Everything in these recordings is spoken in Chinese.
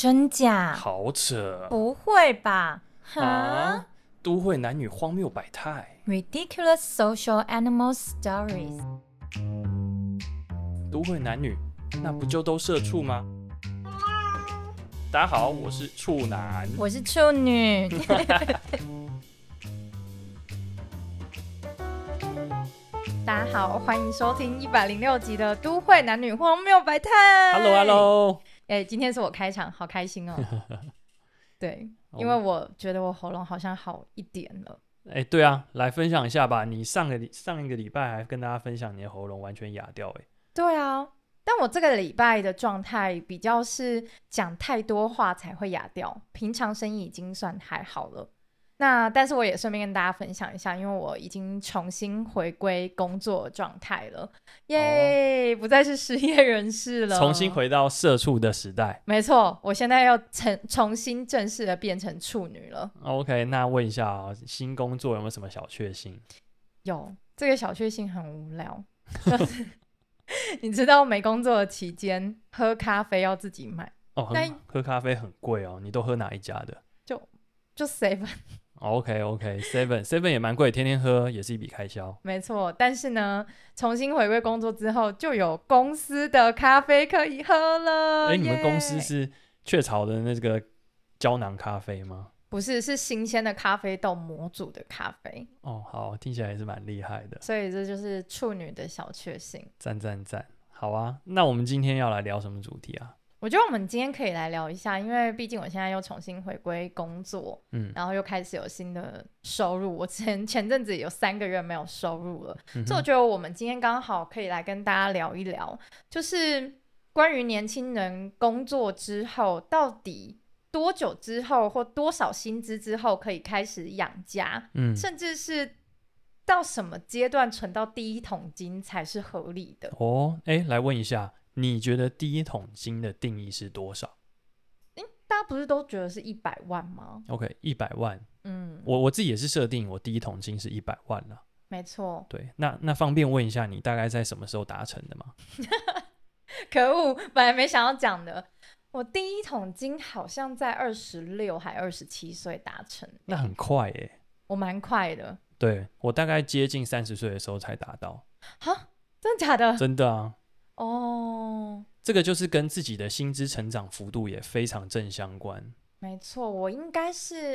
真假？ 好扯不会吧？ 啊！都会男女荒谬百态， Ridiculous social animal stories。 都会男女那不就都社畜吗？大家好，我是处男， 我是处女。大家好，欢迎收听106集的《都会男女荒谬百态》。 Hello， 今天是我开场，好开心哦。对，因为我觉得我喉咙好像好一点了。 对啊，来分享一下吧。你上一个礼拜还跟大家分享你的喉咙完全哑掉， 对啊，但我这个礼拜的状态比较是讲太多话才会哑掉，平常声音已经算还好了。那但是我也顺便跟大家分享一下，因为我已经重新回归工作状态了，耶、不再是失业人士了， 重新回到社畜的时代。 没错，我现在要重新正式的变成处女了。 OK， 那问一下新工作有没有什么小确幸？ 有，这个小确幸很无聊，就是你知道没工作的期间喝咖啡要自己买喝咖啡很贵哦，你都喝哪一家的？ 就 7。 OK，Seven 也蛮贵，天天喝也是一笔开销。 没错，但是呢，重新回归工作之后，就有公司的咖啡可以喝了。 你们公司是雀巢的那个胶囊咖啡吗？ 不是，是新鲜的咖啡豆磨煮的咖啡。 哦，好，听起来也是蛮厉害的。 所以这就是处女的小确幸。 赞赞赞，好啊。那我们今天要来聊什么主题啊？ 我觉得我们今天可以来聊一下，因为毕竟我现在又重新回归工作，然后又开始有新的收入。我前阵子有3个月没有收入了，所以我觉得我们今天刚好可以来跟大家聊一聊，就是关于年轻人工作之后到底多久之后或多少薪资之后可以开始养家，甚至是到什么阶段存到第一桶金才是合理的。 来问一下，你觉得第一桶金的定义是多少？ 大家不是都觉得是100万吗？ OK， 100万。我自己也是设定我第一桶金是100万了。 没错。 对，那方便问一下，你大概在什么时候达成的吗？ 可恶，本来没想要讲的。我第一桶金好像在26还27岁达成。 那很快耶。 我蛮快的。 对，我大概接近30岁的时候才达到。 哈？真的假的？ 真的啊。这个就是跟自己的薪资成长幅度也非常正相关。 没错，我应该是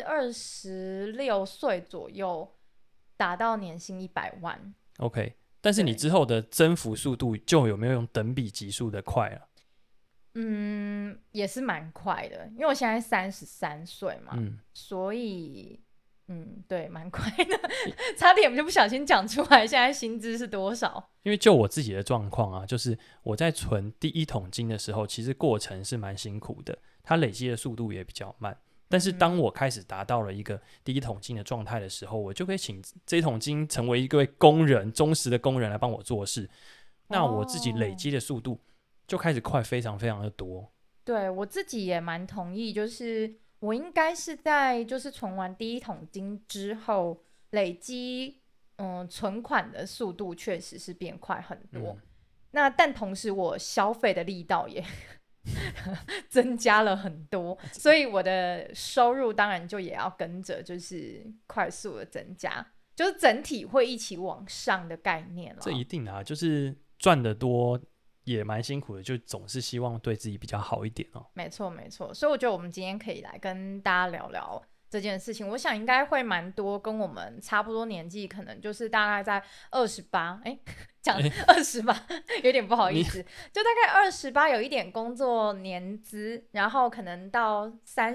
26岁左右达到年薪100万。 OK， 但是你之后的增幅速度就有没有用等比级数的快了？ 也是蛮快的，因为我现在33岁嘛，所以对，蛮快的，差点就不小心讲出来现在薪资是多少。 因为就我自己的状况啊，就是我在存第一桶金的时候，其实过程是蛮辛苦的，它累积的速度也比较慢。但是当我开始达到了一个第一桶金的状态的时候，我就可以请这一桶金成为一位工人，忠实的工人来帮我做事。那我自己累积的速度就开始快非常非常的多。 对，我自己也蛮同意，就是我应该是在就是存完第一桶金之后，累积存款的速度确实是变快很多。那但同时我消费的力道也增加了很多，所以我的收入当然就也要跟着就是快速的增加，就是整体会一起往上的概念了。 这一定啊，就是赚得多也蛮辛苦的，就总是希望对自己比较好一点哦。没错没错，所以我觉得我们今天可以来跟大家聊聊这件事情。我想应该会蛮多跟我们差不多年纪，可能就是大概在28，讲28有点不好意思，就大概28有一点工作年资，然后可能到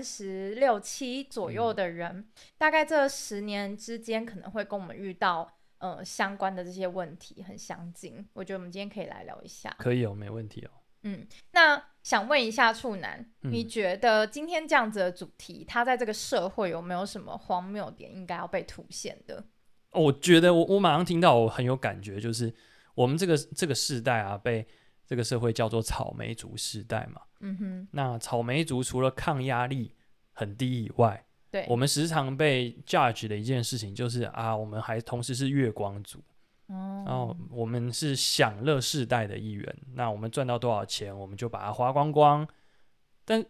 36、7左右的人，大概这10年之间可能会跟我们遇到相关的这些问题很相近。我觉得我们今天可以来聊一下。 可以哦，没问题哦。 那想问一下处男，你觉得今天这样子的主题，它在这个社会有没有什么荒谬点应该要被凸显的？ 我觉得我马上听到，我很有感觉，就是我们这个世代啊，被这个社会叫做草莓族世代嘛。那草莓族除了抗压力很低以外，对，我们时常被 judge 的一件事情就是我们还同时是月光族。然后我们是享乐世代的一员，那我们赚到多少钱，我们就把它花光光。但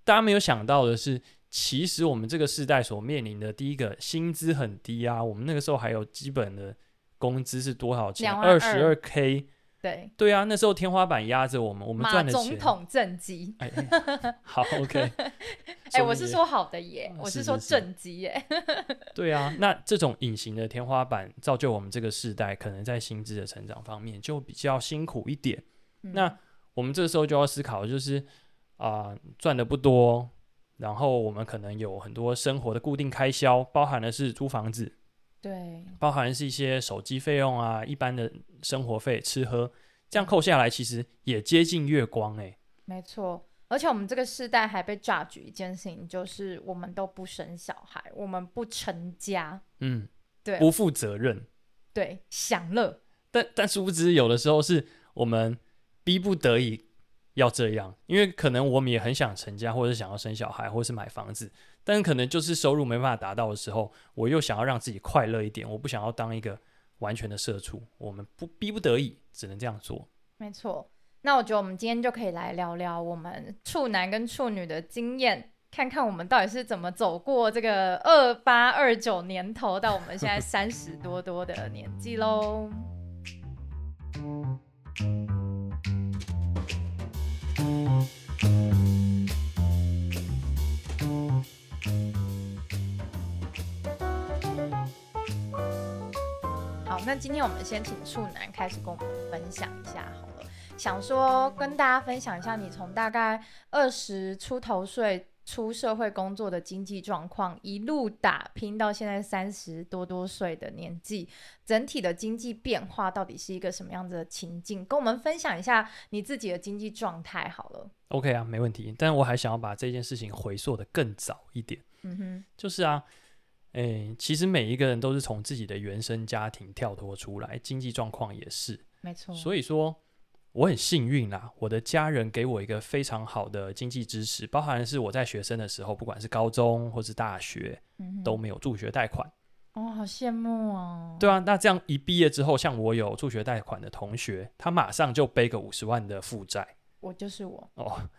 大家没有想到的是，其实我们这个世代所面临的第一个薪资很低啊，我们那个时候还有基本的工资是多少钱？22K。对啊，那时候天花板压着我们赚的钱。 马总统政绩。 好 OK。 我是说好的耶，我是说政绩耶。 对啊，那这种隐形的天花板造就我们这个世代可能在薪资的成长方面就比较辛苦一点。那我们这个时候就要思考的就是赚的不多，然后我们可能有很多生活的固定开销，包含的是租房子， 对， 包含的是一些手机费用啊，一般的生活费吃喝，这样扣下来其实也接近月光没错。而且我们这个世代还被judge一件事情，就是我们都不生小孩，我们不成家，对， 不负责任， 对，享乐。 但殊不知有的时候是我们逼不得已要这样，因为可能我们也很想成家，或者是想要生小孩，或者是买房子，但可能就是收入没办法达到的时候，我又想要让自己快乐一点，我不想要当一个完全的社畜，我们逼不得已只能这样做。 没错。那我觉得我们今天就可以来聊聊我们处男跟处女的经验，看看我们到底是怎么走过这个28、29年头到我们现在30多的年纪咯。好，那今天我们先请处男开始跟我们分享一下好了。想说跟大家分享一下，你从大概20出头岁出社会工作的经济状况，一路打拼到现在30多岁的年纪，整体的经济变化到底是一个什么样子的情境？跟我们分享一下你自己的经济状态好了。 OK 啊，没问题。但我还想要把这件事情回溯的更早一点。就是其实每一个人都是从自己的原生家庭跳脱出来，经济状况也是， 没错。 所以说我很幸运啦，我的家人给我一个非常好的经济支持，包含是我在学生的时候，不管是高中或是大学，都没有助学贷款。 好羡慕哦。 对啊，那这样一毕业之后，像我有助学贷款的同学，他马上就背个50万的负债。 我就是我。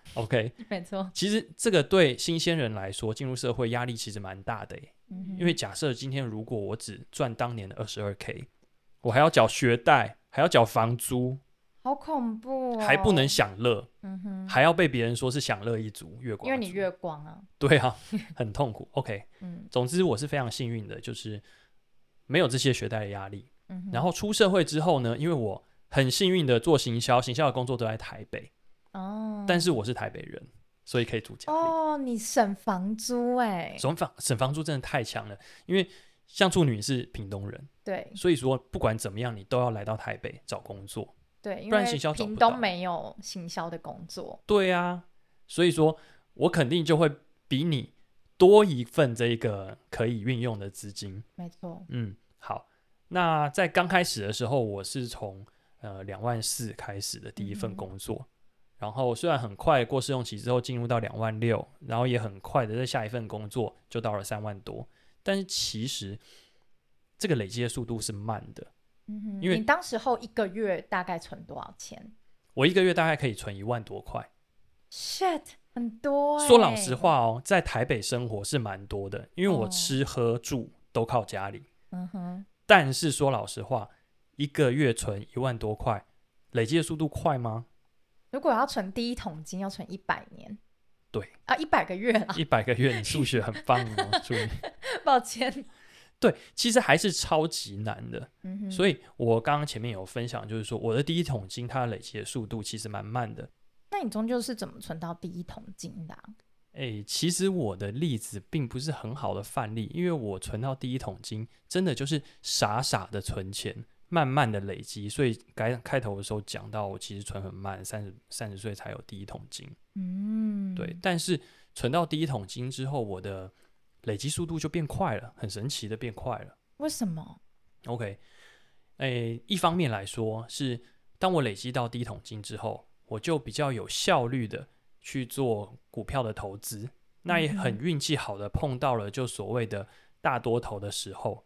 OK 没错。 其实这个对新鲜人来说，进入社会压力其实蛮大的因为假设今天如果我只赚当年的22K， 我还要缴学贷，还要缴房租， 好恐怖哦， 还不能享乐，还要被别人说是享乐一族，月光族， 因为你月光啊。 对啊，很痛苦。OK，总之我是非常幸运的，就是没有这些学贷的压力。然后出社会之后呢，因为我很幸运的做行销的工作都在台北，但是我是台北人，所以可以住家里。 你省房租省房租真的太强了，因为像处女是屏东人， 对， 所以说不管怎么样，你都要来到台北找工作。 对，因为屏东没有行销的工作。 对啊，所以说我肯定就会比你多一份这个可以运用的资金。 没错。 好，那在刚开始的时候，我是从2万4开始的第一份工作，然后虽然很快过试用期之后进入到2万6，然后也很快的在下一份工作就到了3万多，但是其实这个累积的速度是慢的。因为你当时候一个月大概存多少钱？ 我一个月大概可以存1万多块。 Shit， 很多说老实话在台北生活是蛮多的，因为我吃喝住都靠家里。但是说老实话，一个月存1万多块，累积的速度快吗？ 如果要存第一桶金，要存100年。 对啊，100个月啦。 100个月，你数学很棒哦，注意。 抱歉。 对，其实还是超级难的。所以我刚刚前面有分享，就是说我的第一桶金它累积的速度其实蛮慢的。 那你终究是怎么存到第一桶金的其实我的例子并不是很好的范例，因为我存到第一桶金真的就是傻傻的存钱，慢慢的累积，所以开头的时候讲到我其实存很慢，30岁才有第一桶金。对，但是存到第一桶金之后，我的累积速度就变快了，很神奇的变快了。 为什么 ？OK， 一方面来说是当我累积到第一桶金之后，我就比较有效率的去做股票的投资，那也很运气好的碰到了就所谓的大多头的时候，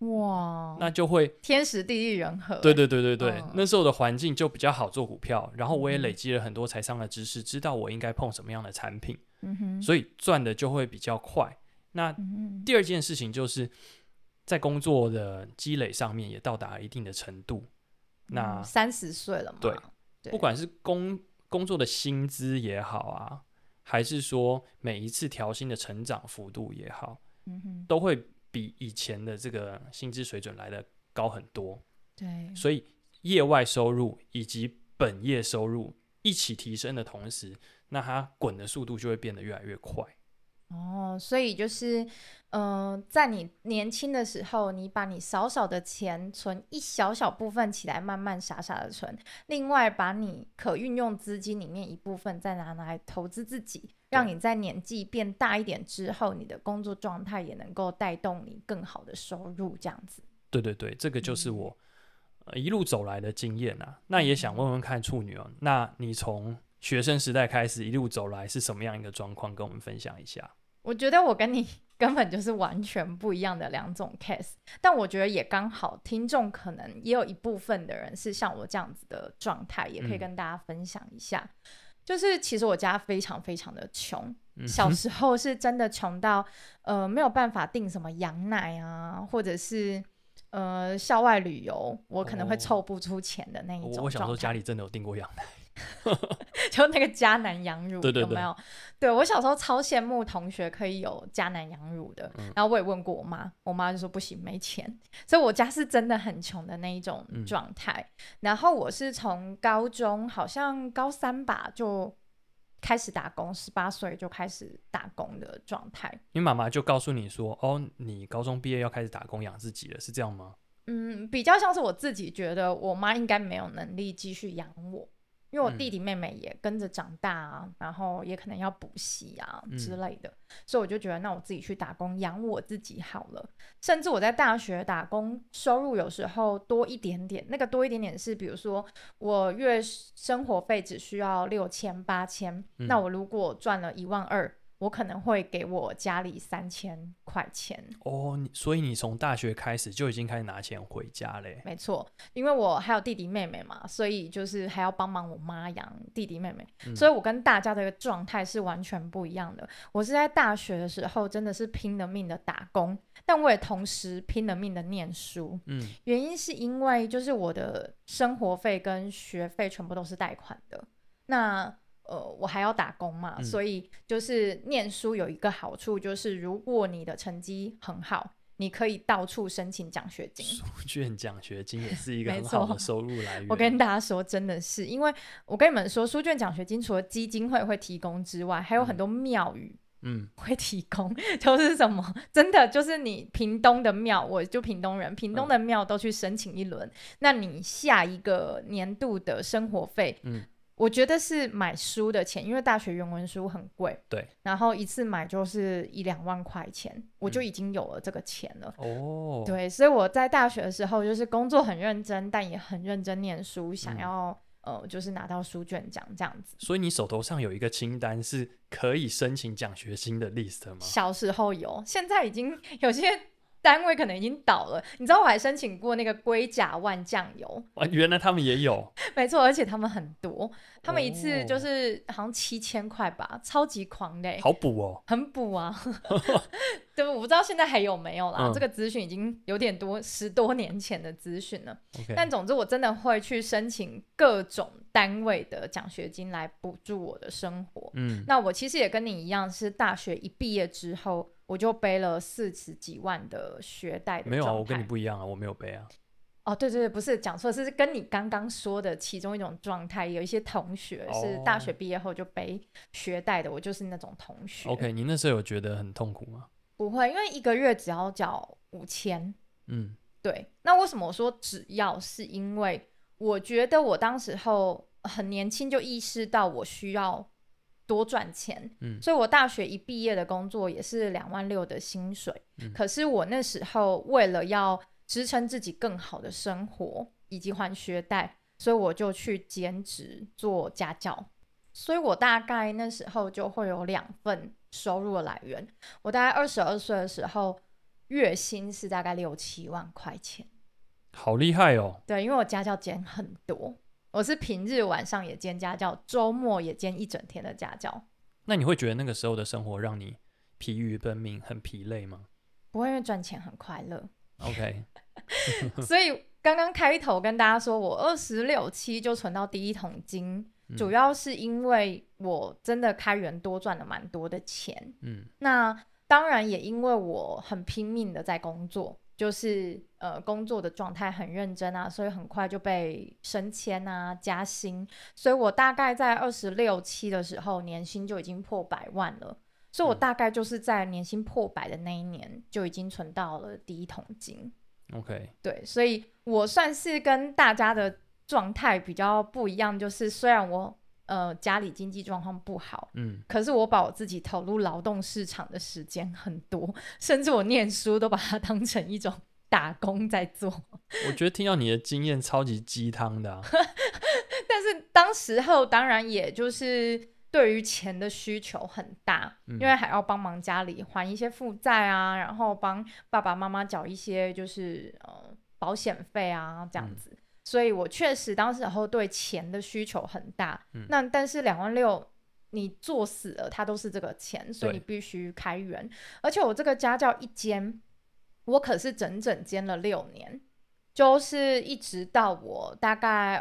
哇， 那就会天时地利人和。 对对对对对，那时候的环境就比较好做股票，然后我也累积了很多财商的知识，知道我应该碰什么样的产品，所以赚的就会比较快。那第二件事情就是在工作的积累上面也到达一定的程度。那 30岁了嘛， 对，不管是工作的薪资也好啊，还是说每一次调薪的成长幅度也好，都会比以前的这个薪资水准来的高很多。 对， 所以业外收入以及本业收入一起提升的同时，那它滚的速度就会变得越来越快。 所以就是在你年轻的时候，你把你少少的钱存一小小部分起来，慢慢傻傻的存，另外把你可运用资金里面一部分再拿来投资自己，让你在年纪变大一点之后，你的工作状态也能够带动你更好的收入，这样子。 对对对，这个就是我一路走来的经验啊。那也想问问看处女那你从学生时代开始一路走来是什么样一个状况，跟我们分享一下。 我觉得我跟你根本就是完全不一样的两种 case， 但我觉得也刚好听众可能也有一部分的人是像我这样子的状态，也可以跟大家分享一下。就是其实我家非常非常的穷，小时候是真的穷到没有办法订什么羊奶啊，或者是校外旅游我可能会凑不出钱的那一种状态。 我小时候家里真的有订过羊奶就那个迦南羊乳， 对对对， 有没有？对，我小时候超羡慕同学可以有迦南羊乳的，然后我也问过我妈，我妈就说不行，没钱。所以我家是真的很穷的那一种状态。然后我是从高中好像高3吧就开始打工，18岁就开始打工的状态。 你妈妈就告诉你说，你高中毕业要开始打工养自己了，是这样吗？ 比较像是我自己觉得我妈应该没有能力继续养我，因为我弟弟妹妹也跟着长大啊，然后也可能要补习啊之类的，所以我就觉得那我自己去打工养我自己好了。甚至我在大学打工收入有时候多一点点，那个多一点点是比如说我月生活费只需要6000、8000，那我如果赚了12000，我可能会给我家里3000块钱。 所以你从大学开始就已经开始拿钱回家嘞？ 没错，因为我还有弟弟妹妹嘛，所以就是还要帮忙我妈养弟弟妹妹，所以我跟大家的状态是完全不一样的。我是在大学的时候真的是拼了命的打工，但我也同时拼了命的念书。原因是因为就是我的生活费跟学费全部都是贷款的，那我还要打工嘛，所以就是念书有一个好处，就是如果你的成绩很好，你可以到处申请奖学金。 书卷奖学金也是一个很好的收入来源。 我跟大家说，真的是，因为我跟你们说，书卷奖学金除了基金会提供之外，还有很多庙宇会提供，就是什么，真的就是你屏东的庙，我就屏东人，屏东的庙都去申请一轮，那你下一个年度的生活费，我觉得是买书的钱，因为大学原文书很贵， 对， 然后一次买就是1-2万块钱，我就已经有了这个钱了。对，所以我在大学的时候就是工作很认真，但也很认真念书，想要就是拿到书卷奖这样子。 所以你手头上有一个清单是可以申请奖学金的 list 吗？ 小时候有，现在已经有些单位可能已经倒了。你知道我还申请过那个龟甲万酱油， 原来他们也有。 没错，而且他们很多，他们一次就是好像7000块吧，超级狂的， 好补哦， 很补啊。对，我不知道现在还有没有啦，这个资讯已经有点多10多年前的资讯了。但总之我真的会去申请各种单位的奖学金来补助我的生活。那我其实也跟你一样，是大学一毕业之后我就背了40几万的学贷的状态。 没有啊，我跟你不一样啊，我没有背啊。 对对对，不是讲错，是跟你刚刚说的其中一种状态。有一些同学是大学毕业后就背学贷的，我就是那种同学。 OK， 你那时候有觉得很痛苦吗？ 不会，因为一个月只要缴5000。对。那为什么我说只要？是因为我觉得我当时候很年轻就意识到我需要多赚钱，所以我大学一毕业的工作也是26000的薪水。可是我那时候为了要支撑自己更好的生活以及还学贷，所以我就去兼职做家教。所以我大概那时候就会有2份收入的来源。我大概22岁的时候， 月薪是大概6-7万块钱。 好厉害哦。 对，因为我家教兼很多，我是平日晚上也兼家教，周末也兼一整天的家教。 那你会觉得那个时候的生活让你疲于奔命，很疲累吗？ 不会，因为赚钱很快乐。 OK 所以刚刚开头跟大家说我26、7就存到第一桶金，主要是因为我真的开源多赚了蛮多的钱。那当然也因为我很拼命的在工作，就是工作的状态很认真啊，所以很快就被升迁啊加薪，所以我大概在26、7的时候年薪就已经破100万了。所以我大概就是在年薪破100的那一年就已经存到了第一桶金。 OK， 对，所以我算是跟大家的状态比较不一样，就是虽然我家里经济状况不好，可是我把我自己投入劳动市场的时间很多，甚至我念书都把它当成一种打工在做。 我觉得听到你的经验超级鸡汤的啊。 但是当时候当然也就是对于钱的需求很大，因为还要帮忙家里还一些负债啊，然后帮爸爸妈妈缴一些就是保险费啊这样子，所以我确实当时候对钱的需求很大。那但是26000你做死了它都是这个钱，所以你必须开源。而且我这个家教一兼，我可是整整兼了6年，就是一直到我大概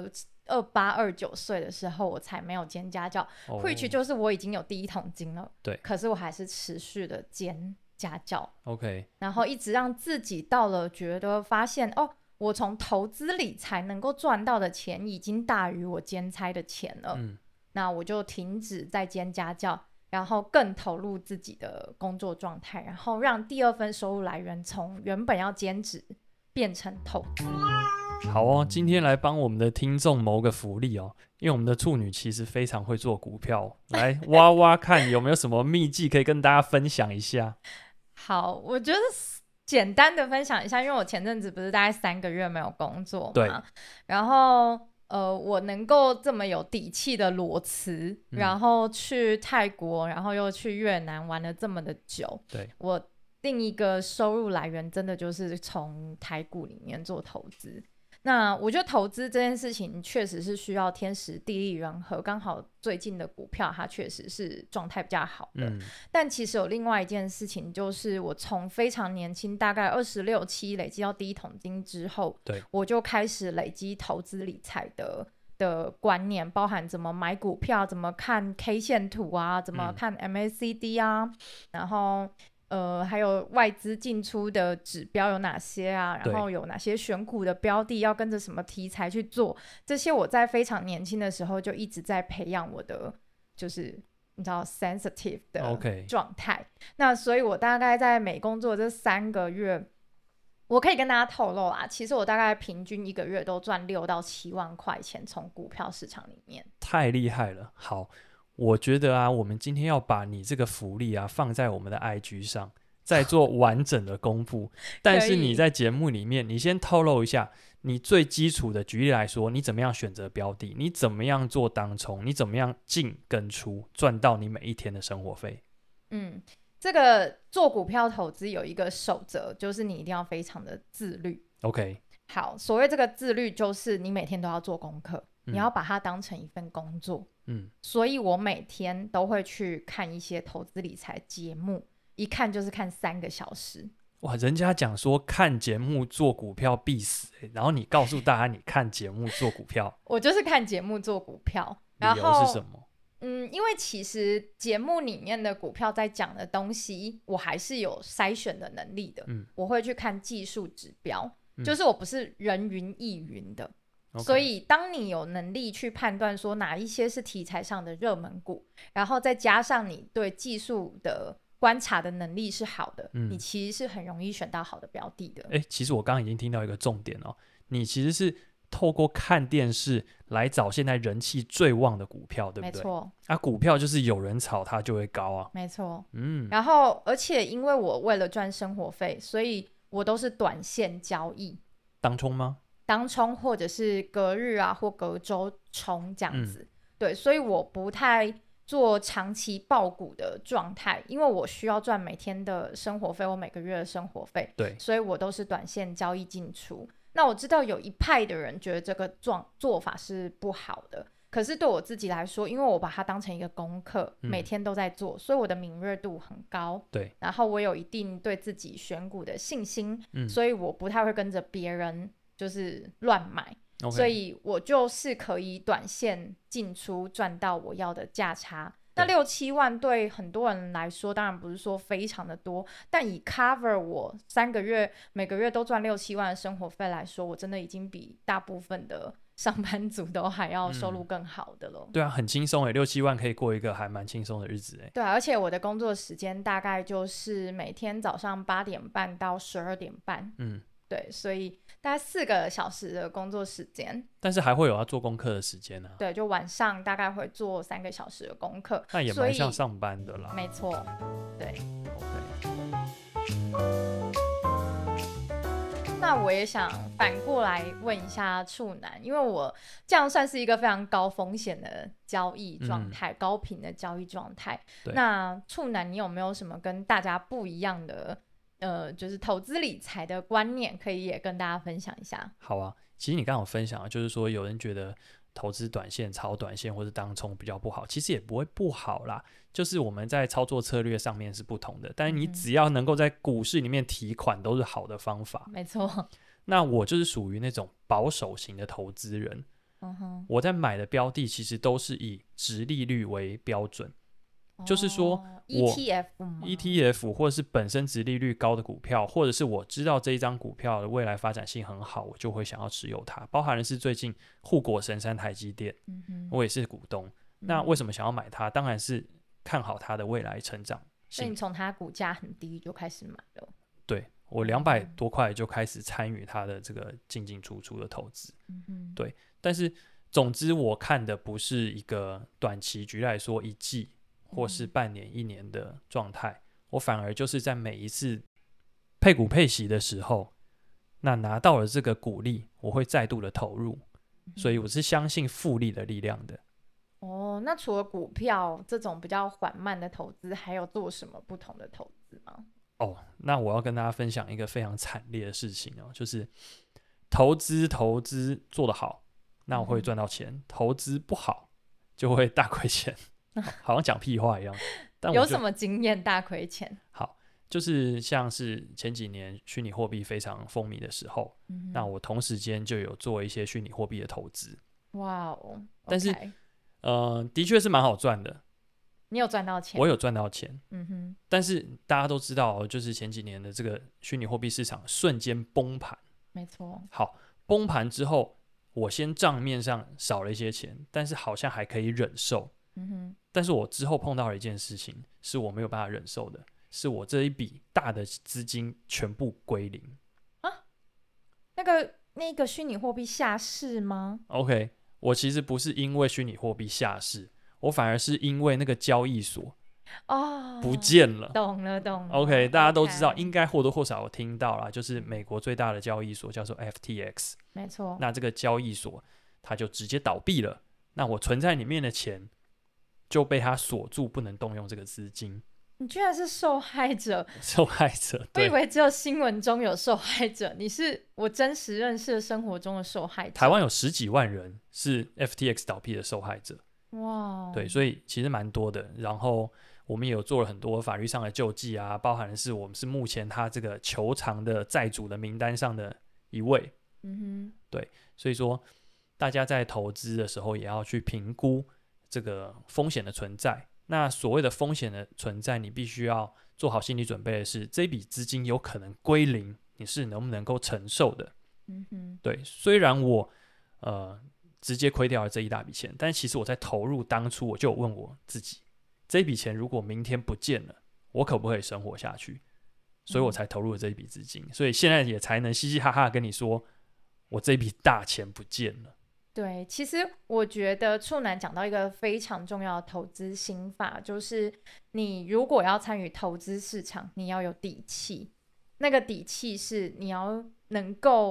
28、29岁的时候，我才没有兼家教。which 就是我已经有第一桶金了， 对， 可是我还是持续的兼家教。 OK， 然后一直让自己到了觉得发现我从投资理财能够赚到的钱已经大于我兼差的钱了。那我就停止再兼家教，然后更投入自己的工作状态，然后让第二份收入来源从原本要兼职变成投资。 好哦，今天来帮我们的听众谋个福利哦，因为我们的处女其实非常会做股票，来挖挖看有没有什么秘籍可以跟大家分享一下。 好，我觉得简单的分享一下，因为我前阵子不是大概3个月没有工作嘛，然后我能够这么有底气的裸辞，然后去泰国，然后又去越南玩了这么的久， 对， 我另一个收入来源真的就是从台股里面做投资。那我觉得投资这件事情确实是需要天时地利人和，刚好最近的股票它确实是状态比较好的。但其实有另外一件事情，就是我从非常年轻，大概26、7累积到第一桶金之后，我就开始累积投资理财的观念，包含怎么买股票，怎么看 K 线图啊，怎么看 MACD 啊，然后还有外资进出的指标有哪些啊，然后有哪些选股的标的要跟着什么题材去做，这些我在非常年轻的时候就一直在培养我的就是你知道 sensitive 的状态。那所以我大概在美工作这3个月，我可以跟大家透露啦，其实我大概平均1个月都赚6到7万块钱从股票市场里面。太厉害了。好，我觉得啊，我们今天要把你这个福利啊放在我们的 IG 上，再做完整的公布。但是你在节目里面，你先透露一下你最基础的，举例来说，你怎么样选择标的，你怎么样做当冲，你怎么样进跟出，赚到你每一天的生活费。 这个做股票投资有一个守则，就是你一定要非常的自律。 OK， 好，所谓这个自律就是你每天都要做功课，你要把它当成一份工作。所以我每天都会去看一些投资理财节目，一看就是看3个小时。 哇，人家讲说看节目做股票必死，然后你告诉大家你看节目做股票。 我就是看节目做股票。 理由是什么？ 因为其实节目里面的股票在讲的东西，我还是有筛选的能力的。我会去看技术指标，就是我不是人云亦云的。所以当你有能力去判断说哪一些是题材上的热门股，然后再加上你对技术的观察的能力是好的，你其实是很容易选到好的标的的。 其实我刚刚已经听到一个重点哦，你其实是透过看电视来找现在人气最旺的股票，对不对？没错。股票就是有人炒它就会高啊。 没错。然后而且因为我为了赚生活费，所以我都是短线交易。 当冲吗？ 当冲或者是隔日啊或隔周冲这样子。对，所以我不太做长期抱股的状态，因为我需要赚每天的生活费，我每个月的生活费， 对， 所以我都是短线交易进出。那我知道有一派的人觉得这个做法是不好的，可是对我自己来说，因为我把它当成一个功课，每天都在做，所以我的敏锐度很高， 对， 然后我有一定对自己选股的信心，所以我不太会跟着别人就是乱买。 Okay. 所以我就是可以短线进出赚到我要的价差。那6-7万对很多人来说当然不是说非常的多，但以 cover 我3个月每个月都赚6-7万的生活费来说，我真的已经比大部分的上班族都还要收入更好的了。 对啊，很轻松6-7万可以过一个还蛮轻松的日子对啊，而且我的工作时间大概就是每天早上8点半到12点半。对，所以大概4个小时的工作时间， 但是还会有要做功课的时间啊。 对，就晚上大概会做3个小时的功课， 那也蛮像上班的啦。 没错，对。那我也想反过来问一下处男，因为我这样算是一个非常高风险的交易状态，高频的交易状态。那处男，你有没有什么跟大家不一样的？就是投资理财的观念，可以也跟大家分享一下。 好啊，其实你刚好分享就是说有人觉得投资短线、炒短线或是当冲比较不好，其实也不会不好啦，就是我们在操作策略上面是不同的，但是你只要能够在股市里面提款都是好的方法。 没错。 那我就是属于那种保守型的投资人，我在买的标的其实都是以殖利率为标准。就是说我 ETF 或者是本身殖利率高的股票，或者是我知道这一张股票的未来发展性很好，我就会想要持有它。包含的是最近护国神山台积电，我也是股东。那为什么想要买它？当然是看好它的未来成长性。 所以你从它股价很低就开始买了？ 对，我200多块就开始参与它的这个进进出出的投资。对，但是总之我看的不是一个短期，举例来说1季或是半年1年的状态，我反而就是在每一次配股配息的时候，那拿到了这个股利，我会再度的投入，所以我是相信复利的力量的。 那除了股票这种比较缓慢的投资，还有做什么不同的投资吗？ 那我要跟大家分享一个非常惨烈的事情就是投资做得好，那我会赚到钱，投资不好就会大亏钱。好像讲屁话一样，但有什么经验大亏钱？ 好，就是像是前几年虚拟货币非常风靡的时候，那我同时间就有做一些虚拟货币的投资。 哇哦！ 但是的确是蛮好赚的。 你有赚到钱？ 我有赚到钱。但是大家都知道，就是前几年的这个虚拟货币市场瞬间崩盘。 没错。 好，崩盘之后，我先账面上少了一些钱，但是好像还可以忍受。但是我之后碰到了一件事情，是我没有办法忍受的，是我这一笔大的资金全部归零啊！那个虚拟货币下市吗 ？OK， 我其实不是因为虚拟货币下市，我反而是因为那个交易所不见了。 懂了。 OK， 大家都知道，应该或多或少有听到啦，就是美国最大的交易所叫做 FTX， 没错。 那这个交易所它就直接倒闭了，那我存在里面的钱就被他锁住，不能动用这个资金。 你居然是受害者！ 受害者， 我以为只有新闻中有受害者，你是我真实认识的生活中的受害者。 台湾有10几万人是 FTX 倒闭的受害者。 哇， 对，所以其实蛮多的。然后我们也有做了很多法律上的救济啊，包含的是我们是目前他这个求偿的债主的名单上的一位。对，所以说大家在投资的时候也要去评估这个风险的存在。那所谓的风险的存在，你必须要做好心理准备的是，这笔资金有可能归零，你是能不能够承受的？对，虽然我直接亏掉了这一大笔钱，但其实我在投入当初我就有问我自己，这一笔钱如果明天不见了，我可不可以生活下去？所以我才投入了这一笔资金，所以现在也才能嘻嘻哈哈跟你说，我这一笔大钱不见了。 对，其实我觉得处男讲到一个非常重要的投资心法，就是你如果要参与投资市场，你要有底气。那个底气是你要能够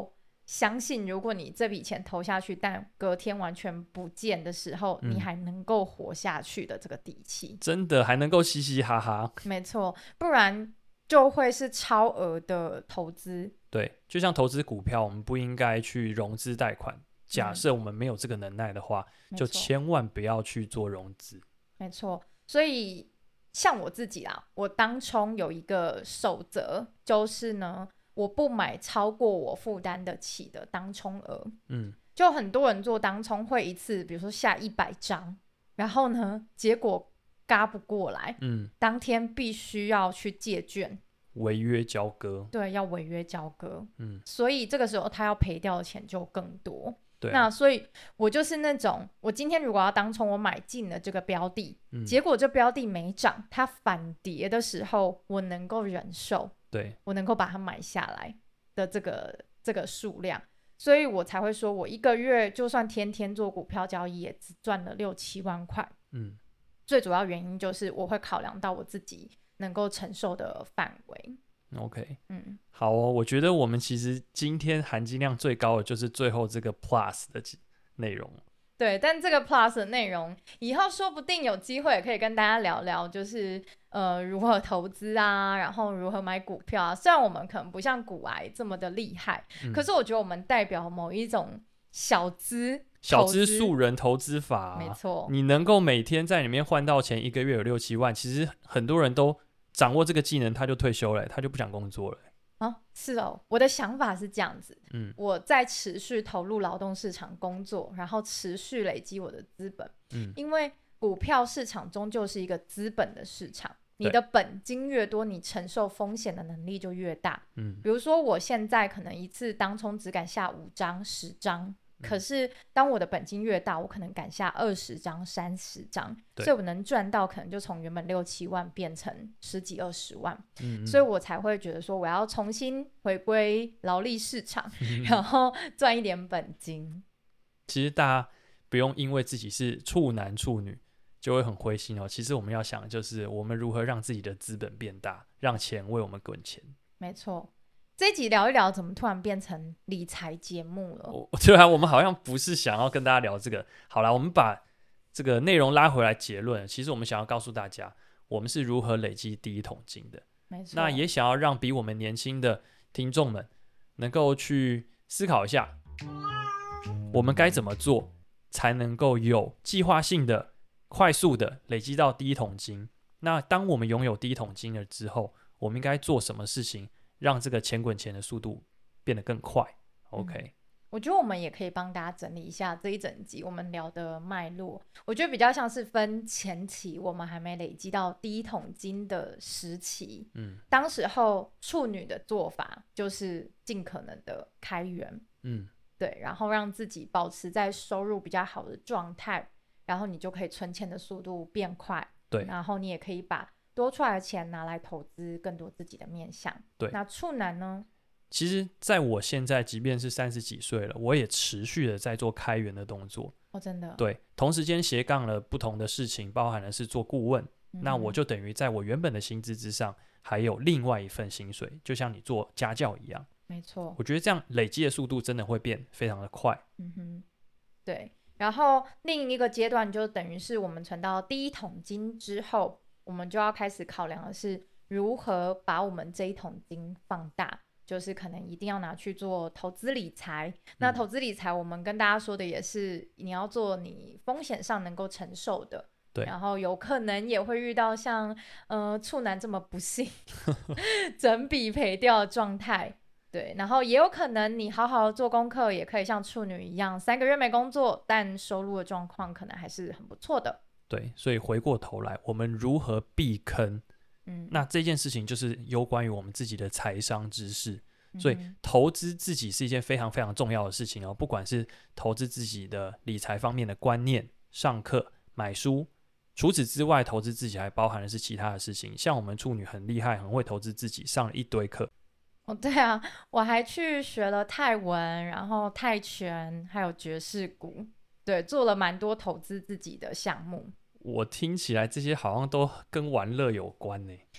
相信如果你这笔钱投下去，但隔天完全不见的时候，你还能够活下去的这个底气， 真的还能够嘻嘻哈哈。 没错，不然就会是超额的投资。 对，就像投资股票，我们不应该去融资贷款。假设我们没有这个能耐的话，就千万不要去做融资。 没错，所以像我自己啦，我当冲有一个守则，就是呢，我不买超过我负担得起的当冲额。就很多人做当冲会一次，比如说下100张，然后呢，结果嘎不过来，当天必须要去借券。 违约交割， 对，要违约交割，所以这个时候他要赔掉的钱就更多。 对那所以我就是那种，我今天如果要当冲，我买进了这个标的，结果这标的没涨，它反跌的时候，我能够忍受， 对， 我能够把它买下来的这个数量，所以我才会说，我一个月就算天天做股票交易，也只赚了6-7万块。最主要原因就是我会考量到我自己能够承受的范围。 OK，好哦，我觉得我们其实今天含金量最高的就是最后这个 Plus 的内容。 对，但这个 Plus 的内容以后说不定有机会也可以跟大家聊聊，就是如何投资啊，然后如何买股票啊。虽然我们可能不像股癌这么的厉害，可是我觉得我们代表某一种小资素人投资法。 没错， 你能够每天在里面换到钱，一个月有6-7万，其实很多人都掌握这个技能，他就退休了，他就不想工作了。 是哦，我的想法是这样子，我在持续投入劳动市场工作，然后持续累积我的资本，因为股票市场终究是一个资本的市场，你的本金越多，你承受风险的能力就越大。比如说我现在可能一次当冲只敢下5张、10张。可是当我的本金越大，我可能敢下20张、30张，所以我能赚到可能就从原本6-7万变成10几20万，所以我才会觉得说我要重新回归劳力市场，然后赚一点本金。 其实大家不用因为自己是处男处女就会很灰心哦。其实我们要想的就是我们如何让自己的资本变大，让钱为我们滚钱。 没错。这一集聊一聊，怎么突然变成理财节目了？ 对啊，我们好像不是想要跟大家聊这个。好啦，我们把这个内容拉回来，结论，其实我们想要告诉大家，我们是如何累积第一桶金的。 没错。 那也想要让比我们年轻的听众们能够去思考一下，我们该怎么做才能够有计划性的、快速的累积到第一桶金。那当我们拥有第一桶金了之后，我们应该做什么事情让这个钱滚钱的速度变得更快。 OK， 我觉得我们也可以帮大家整理一下这一整集我们聊的脉络。我觉得比较像是分前期我们还没累积到第一桶金的时期，当时候处女的做法就是尽可能的开源，对，然后让自己保持在收入比较好的状态，然后你就可以存钱的速度变快， 对， 然后你也可以把多出来的钱拿来投资更多自己的面向。 对， 那处男呢？ 其实在我现在即便是30几岁了，我也持续的在做开源的动作。 真的？ 对，同时间斜杠了不同的事情，包含了是做顾问，那我就等于在我原本的薪资之上还有另外一份薪水，就像你做家教一样。 没错， 我觉得这样累积的速度真的会变非常的快。 对。然后另一个阶段就等于是我们存到第一桶金之后，我们就要开始考量的是如何把我们这一桶金放大，就是可能一定要拿去做投资理财。那投资理财我们跟大家说的也是你要做你风险上能够承受的， 对， 然后有可能也会遇到像处男这么不幸整笔赔掉的状态。对，然后也有可能你好好做功课，也可以像处女一样3个月没工作，但收入的状况可能还是很不错的。 对，所以回过头来我们如何避坑，那这件事情就是有关于我们自己的财商知识。所以投资自己是一件非常非常重要的事情哦，不管是投资自己的理财方面的观念、上课、买书，除此之外投资自己还包含的是其他的事情。像我们处女很厉害，很会投资自己，上了一堆课。 对啊，我还去学了泰文，然后泰拳，还有爵士鼓，对，做了蛮多投资自己的项目。 我听起来这些好像都跟玩乐有关呢。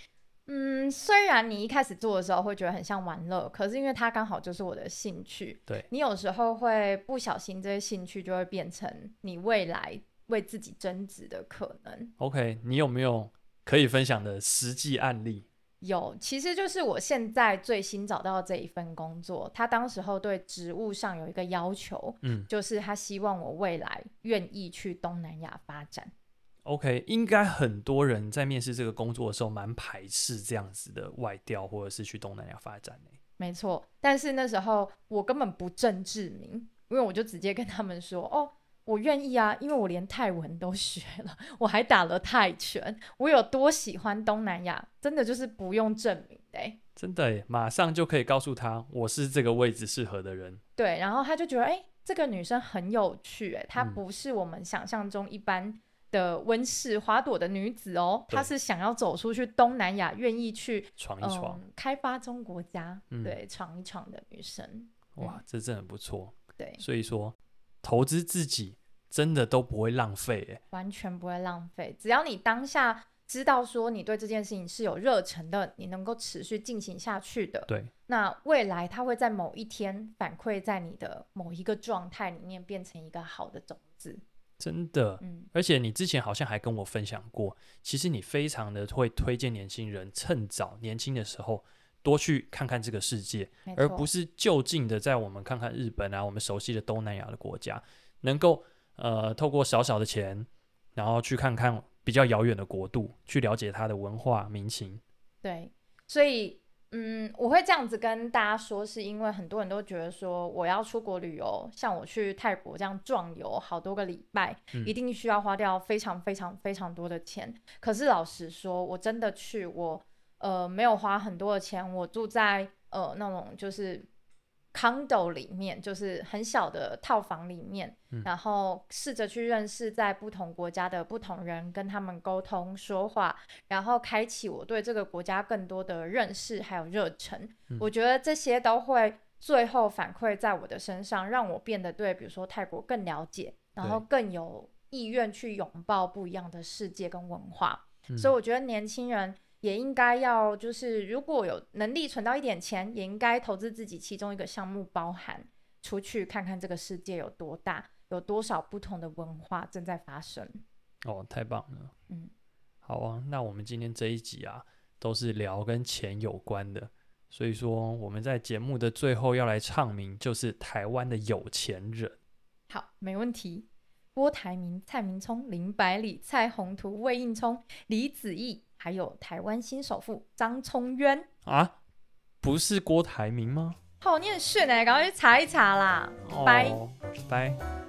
虽然你一开始做的时候会觉得很像玩乐，可是因为它刚好就是我的兴趣， 对， 你有时候会不小心这些兴趣就会变成你未来为自己增值的可能。 OK， 你有没有可以分享的实际案例？ 有，其实就是我现在最新找到的这一份工作，他当时候对职务上有一个要求，就是他希望我未来愿意去东南亚发展。 OK， 应该很多人在面试这个工作的时候蛮排斥这样子的外调或者是去东南亚发展。 没错，但是那时候我根本不正自明，因为我就直接跟他们说，哦，我愿意啊，因为我连泰文都学了，我还打了泰拳，我有多喜欢东南亚，真的就是不用证明的。 真的耶，马上就可以告诉他我是这个位置适合的人。 对，然后他就觉得这个女生很有趣，她不是我们想象中一般的温室花朵的女子哦，她是想要走出去东南亚，愿意去闯一闯， 开发中国家，对，闯一闯的女生。 哇，这真的很不错。 对， 所以说投资自己真的都不会浪费耶， 完全不会浪费，只要你当下知道说你对这件事情是有热忱的，你能够持续进行下去的， 对， 那未来它会在某一天反馈在你的某一个状态里面，变成一个好的种子。 真的，而且你之前好像还跟我分享过，其实你非常的会推荐年轻人趁早年轻的时候多去看看这个世界，而不是就近的在我们看看日本啊，我们熟悉的东南亚的国家，能够透过少少的钱，然后去看看比较遥远的国度，去了解它的文化民情。 对，所以我会这样子跟大家说，是因为很多人都觉得说，我要出国旅游，像我去泰国这样壮游好多个礼拜，一定需要花掉非常非常非常多的钱。可是老实说，我真的去，我没有花很多的钱，我住在那种就是condo 里面，就是很小的套房里面，然后试着去认识在不同国家的不同人，跟他们沟通说话，然后开启我对这个国家更多的认识还有热忱。我觉得这些都会最后反馈在我的身上，让我变得对比如说泰国更了解，然后更有意愿去拥抱不一样的世界跟文化。所以我觉得年轻人也应该要，就是如果有能力存到一点钱，也应该投资自己。其中一个项目包含出去看看这个世界有多大，有多少不同的文化正在发生。 哦，太棒了。好啊，那我们今天这一集啊，都是聊跟钱有关的，所以说我们在节目的最后要来唱名，就是台湾的有钱人。 好，没问题。郭台铭、蔡明聪、林百里、蔡宏图、魏应充、李子毅，还有台湾新首富张聪渊啊，不是郭台铭吗？ 好，你很炫欸，赶快去查一查啦。拜拜。